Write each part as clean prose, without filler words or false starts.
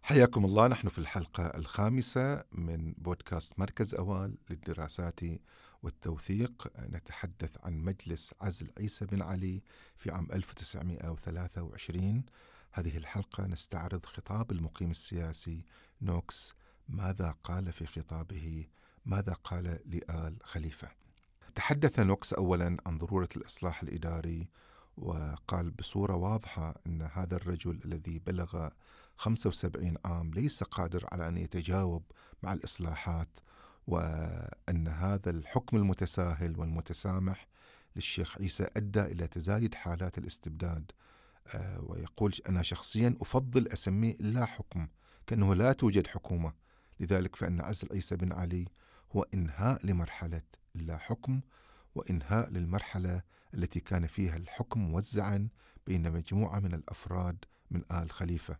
حياكم الله. نحن في الحلقة الخامسة من بودكاست مركز أوال للدراسات والتوثيق. نتحدث عن مجلس عزل عيسى بن علي في عام 1923. هذه الحلقة نستعرض خطاب المقيم السياسي نوكس. ماذا قال في خطابه؟ ماذا قال لآل خليفة؟ تحدث نوكس أولا عن ضرورة الإصلاح الإداري، وقال بصورة واضحة أن هذا الرجل الذي بلغ 75 عام ليس قادر على أن يتجاوب مع الإصلاحات، وأن هذا الحكم المتساهل والمتسامح للشيخ عيسى أدى إلى تزايد حالات الاستبداد. ويقول: أنا شخصيا أفضل أسميه لا حكم، كأنه لا توجد حكومة. لذلك فإن عزل عيسى بن علي هو إنهاء لمرحلة اللا حكم، وإنهاء للمرحلة التي كان فيها الحكم موزعا بين مجموعة من الأفراد من آل خليفة.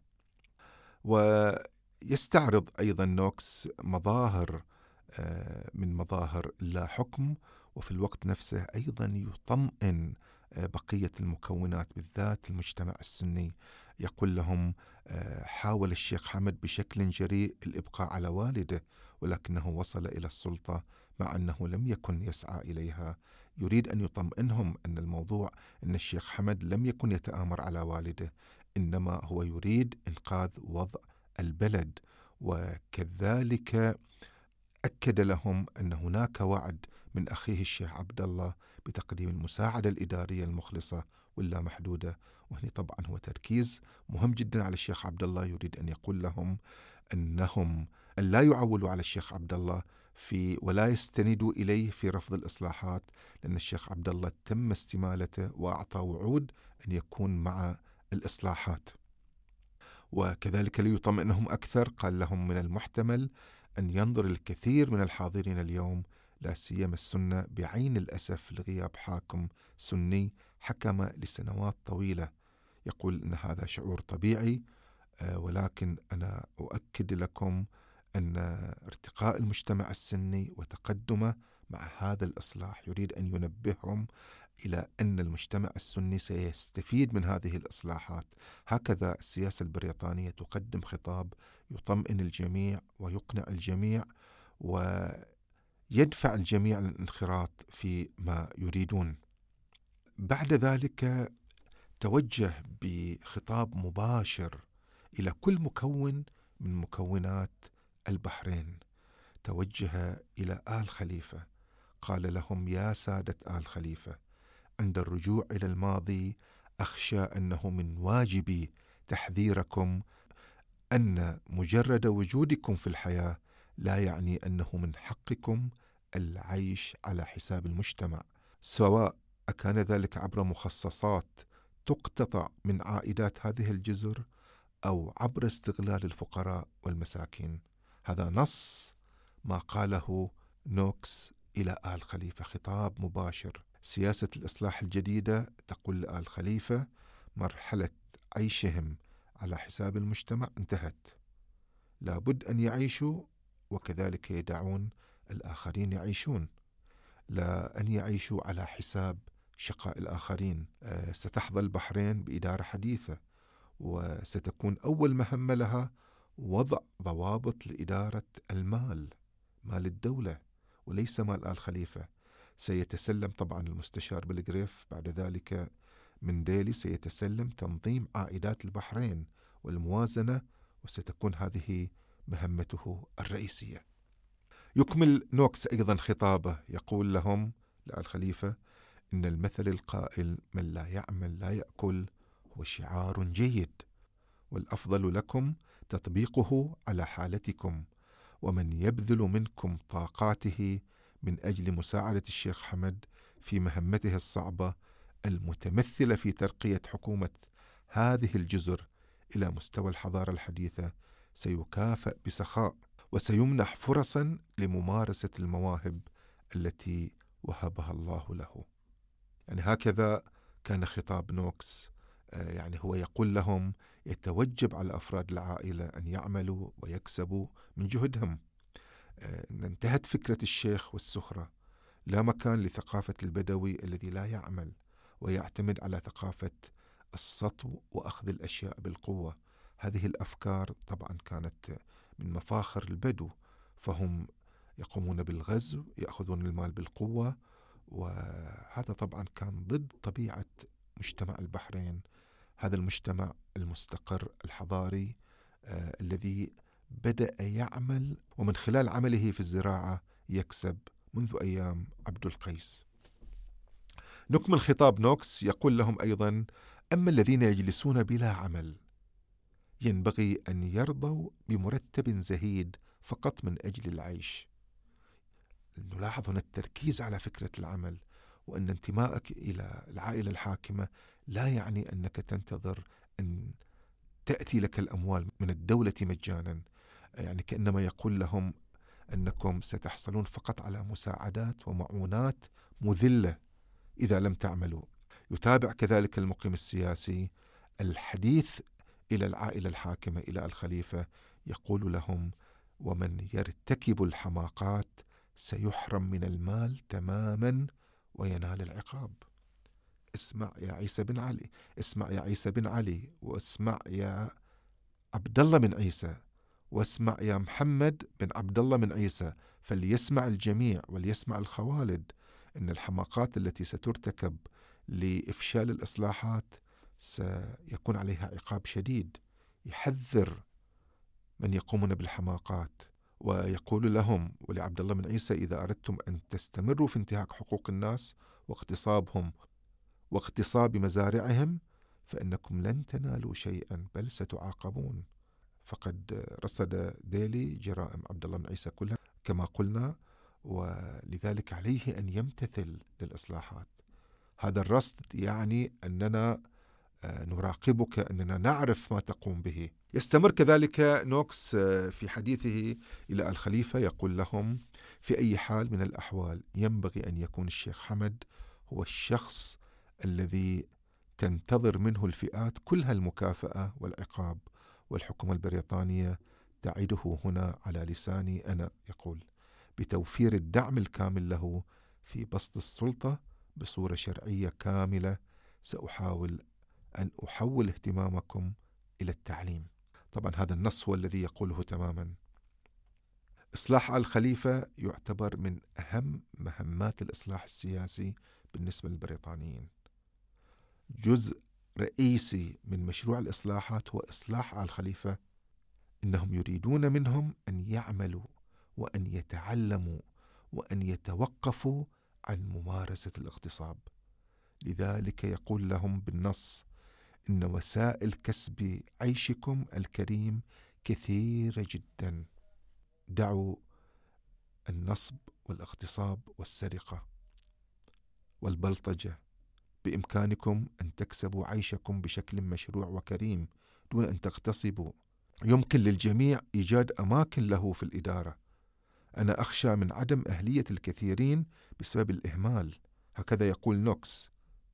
ويستعرض أيضا نوكس مظاهر من مظاهر اللا حكم، وفي الوقت نفسه أيضا يطمئن بقية المكونات بالذات المجتمع السني. يقول لهم: حاول الشيخ حمد بشكل جريء الإبقاء على والده، ولكنه وصل إلى السلطة مع أنه لم يكن يسعى إليها. يريد أن يطمئنهم أن الموضوع أن الشيخ حمد لم يكن يتآمر على والده، إنما هو يريد إنقاذ وضع البلد. وكذلك أكد لهم أن هناك وعد من أخيه الشيخ عبد الله بتقديم المساعدة الإدارية المخلصة واللامحدودة. وهنا طبعا هو تركيز مهم جدا على الشيخ عبد الله. يريد أن يقول لهم أن لا يعولوا على الشيخ عبد الله ولا يستندوا إليه في رفض الإصلاحات، لأن الشيخ عبد الله تم استمالته وأعطى وعود أن يكون مع الإصلاحات. وكذلك ليطمئنهم أكثر قال لهم: من المحتمل أن ينظر الكثير من الحاضرين اليوم، لا سيما السنة، بعين الأسف لغياب حاكم سني حكم لسنوات طويلة. يقول أن هذا شعور طبيعي، ولكن أنا أؤكد لكم أن ارتقاء المجتمع السني وتقدمه مع هذا الإصلاح يريد أن ينبههم إلى أن المجتمع السني سيستفيد من هذه الإصلاحات. هكذا السياسة البريطانية تقدم خطاب يطمئن الجميع ويقنع الجميع ويدفع الجميع للانخراط في ما يريدون. بعد ذلك توجه بخطاب مباشر إلى كل مكون من مكونات البحرين. توجه إلى آل خليفة، قال لهم: يا سادة آل خليفة، عند الرجوع إلى الماضي أخشى أنه من واجبي تحذيركم أن مجرد وجودكم في الحياة لا يعني أنه من حقكم العيش على حساب المجتمع، سواء أكان ذلك عبر مخصصات تقتطع من عائدات هذه الجزر أو عبر استغلال الفقراء والمساكين. هذا نص ما قاله نوكس إلى آل خليفة، خطاب مباشر. سياسة الإصلاح الجديدة تقول لآل خليفة: مرحلة عيشهم على حساب المجتمع انتهت، لابد أن يعيشوا وكذلك يدعون الآخرين يعيشون، لا أن يعيشوا على حساب شقاء الآخرين. ستحظى البحرين بإدارة حديثة، وستكون أول مهمة لها وضع ضوابط لإدارة المال، مال الدولة وليس مال آل خليفة. سيتسلم طبعا المستشار بلغريف بعد ذلك من ديلي، سيتسلم تنظيم عائدات البحرين والموازنة، وستكون هذه مهمته الرئيسية. يكمل نوكس أيضا خطابه، يقول لهم لآل خليفة: إن المثل القائل من لا يعمل لا يأكل هو شعار جيد، والأفضل لكم تطبيقه على حالتكم، ومن يبذل منكم طاقاته من أجل مساعدة الشيخ حمد في مهمته الصعبة المتمثلة في ترقية حكومة هذه الجزر إلى مستوى الحضارة الحديثة سيكافأ بسخاء، وسيمنح فرصا لممارسة المواهب التي وهبها الله له. يعني هكذا كان خطاب نوكس. يعني هو يقول لهم يتوجب على أفراد العائلة أن يعملوا ويكسبوا من جهدهم. انتهت فكرة الشيخ والسخرة، لا مكان لثقافة البدوي الذي لا يعمل ويعتمد على ثقافة السطو وأخذ الأشياء بالقوة. هذه الأفكار طبعا كانت من مفاخر البدو، فهم يقومون بالغزو، يأخذون المال بالقوة، وهذا طبعا كان ضد طبيعة مجتمع البحرين، هذا المجتمع المستقر الحضاري الذي بدأ يعمل، ومن خلال عمله في الزراعة يكسب منذ أيام عبد القيس. نكمل خطاب نوكس، يقول لهم أيضا: أما الذين يجلسون بلا عمل ينبغي أن يرضوا بمرتب زهيد فقط من أجل العيش. نلاحظ هنا التركيز على فكرة العمل، وأن انتمائك إلى العائلة الحاكمة لا يعني أنك تنتظر أن تأتي لك الأموال من الدولة مجانا، يعني كأنما يقول لهم أنكم ستحصلون فقط على مساعدات ومعونات مذلة إذا لم تعملوا. يتابع كذلك المقيم السياسي الحديث إلى العائلة الحاكمة، إلى الخليفة، يقول لهم: ومن يرتكب الحماقات سيحرم من المال تماما وينال العقاب. اسمع يا عيسى بن علي، اسمع يا عيسى بن علي، واسمع يا عبد الله بن عيسى، واسمع يا محمد بن عبد الله بن عيسى، فليسمع الجميع وليسمع الخوالد إن الحماقات التي سترتكب لإفشال الإصلاحات سيكون عليها عقاب شديد. يحذر من يقومون بالحماقات، ويقول لهم ولعبد الله بن عيسى: إذا أردتم أن تستمروا في انتهاك حقوق الناس واغتصابهم واغتصاب مزارعهم فإنكم لن تنالوا شيئا بل ستعاقبون. فقد رصد ديلي جرائم عبد الله بن عيسى كلها كما قلنا، ولذلك عليه أن يمتثل للإصلاحات. هذا الرصد يعني أننا نراقبك، أننا نعرف ما تقوم به. يستمر كذلك نوكس في حديثه إلى الخليفة، يقول لهم: في أي حال من الأحوال ينبغي أن يكون الشيخ حمد هو الشخص الذي تنتظر منه الفئات كلها المكافأة والعقاب، والحكومة البريطانية تعده هنا على لساني أنا، يقول، بتوفير الدعم الكامل له في بسط السلطة بصورة شرعية كاملة. سأحاول أن أحول اهتمامكم إلى التعليم. طبعا هذا النص هو الذي يقوله تماما. إصلاح الخليفة يعتبر من أهم مهمات الإصلاح السياسي بالنسبة للبريطانيين. جزء رئيسي من مشروع الإصلاحات هو إصلاح الخليفة. إنهم يريدون منهم أن يعملوا وأن يتعلموا وأن يتوقفوا عن ممارسة الاغتصاب. لذلك يقول لهم بالنص: إن وسائل كسب عيشكم الكريم كثيرة جدا، دعوا النصب والاغتصاب والسرقة والبلطجة، بإمكانكم أن تكسبوا عيشكم بشكل مشروع وكريم دون أن تغتصبوا. يمكن للجميع إيجاد أماكن له في الإدارة. أنا أخشى من عدم أهلية الكثيرين بسبب الإهمال. هكذا يقول نوكس: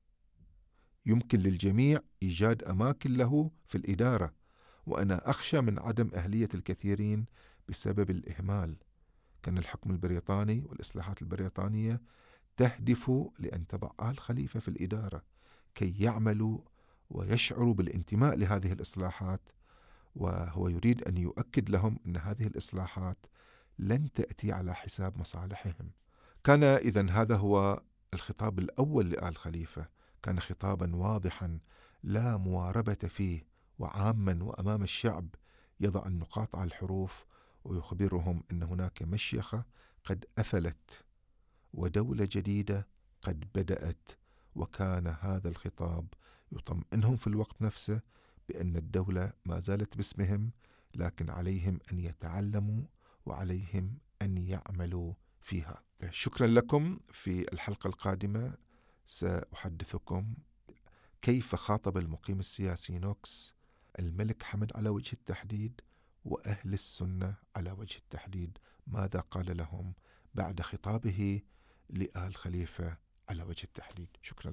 يمكن للجميع إيجاد أماكن له في الإدارة، وأنا أخشى من عدم أهلية الكثيرين بسبب الإهمال. كان الحكم البريطاني والإصلاحات البريطانية تهدف لأن تضع آل خليفة في الإدارة كي يعملوا ويشعروا بالانتماء لهذه الإصلاحات، وهو يريد أن يؤكد لهم أن هذه الإصلاحات لن تأتي على حساب مصالحهم. كان إذن هذا هو الخطاب الأول لآل خليفة، كان خطابا واضحا لا مواربة فيه، وعاما وأمام الشعب يضع النقاط على الحروف ويخبرهم أن هناك مشيخة قد أفلت ودولة جديدة قد بدأت. وكان هذا الخطاب يطمئنهم في الوقت نفسه بأن الدولة ما زالت باسمهم، لكن عليهم أن يتعلموا وعليهم أن يعملوا فيها. شكرا لكم. في الحلقة القادمة سأحدثكم كيف خاطب المقيم السياسي نوكس الملك حمد على وجه التحديد وأهل السنة على وجه التحديد، ماذا قال لهم بعد خطابه لآل خليفة على وجه التحديد. شكرا.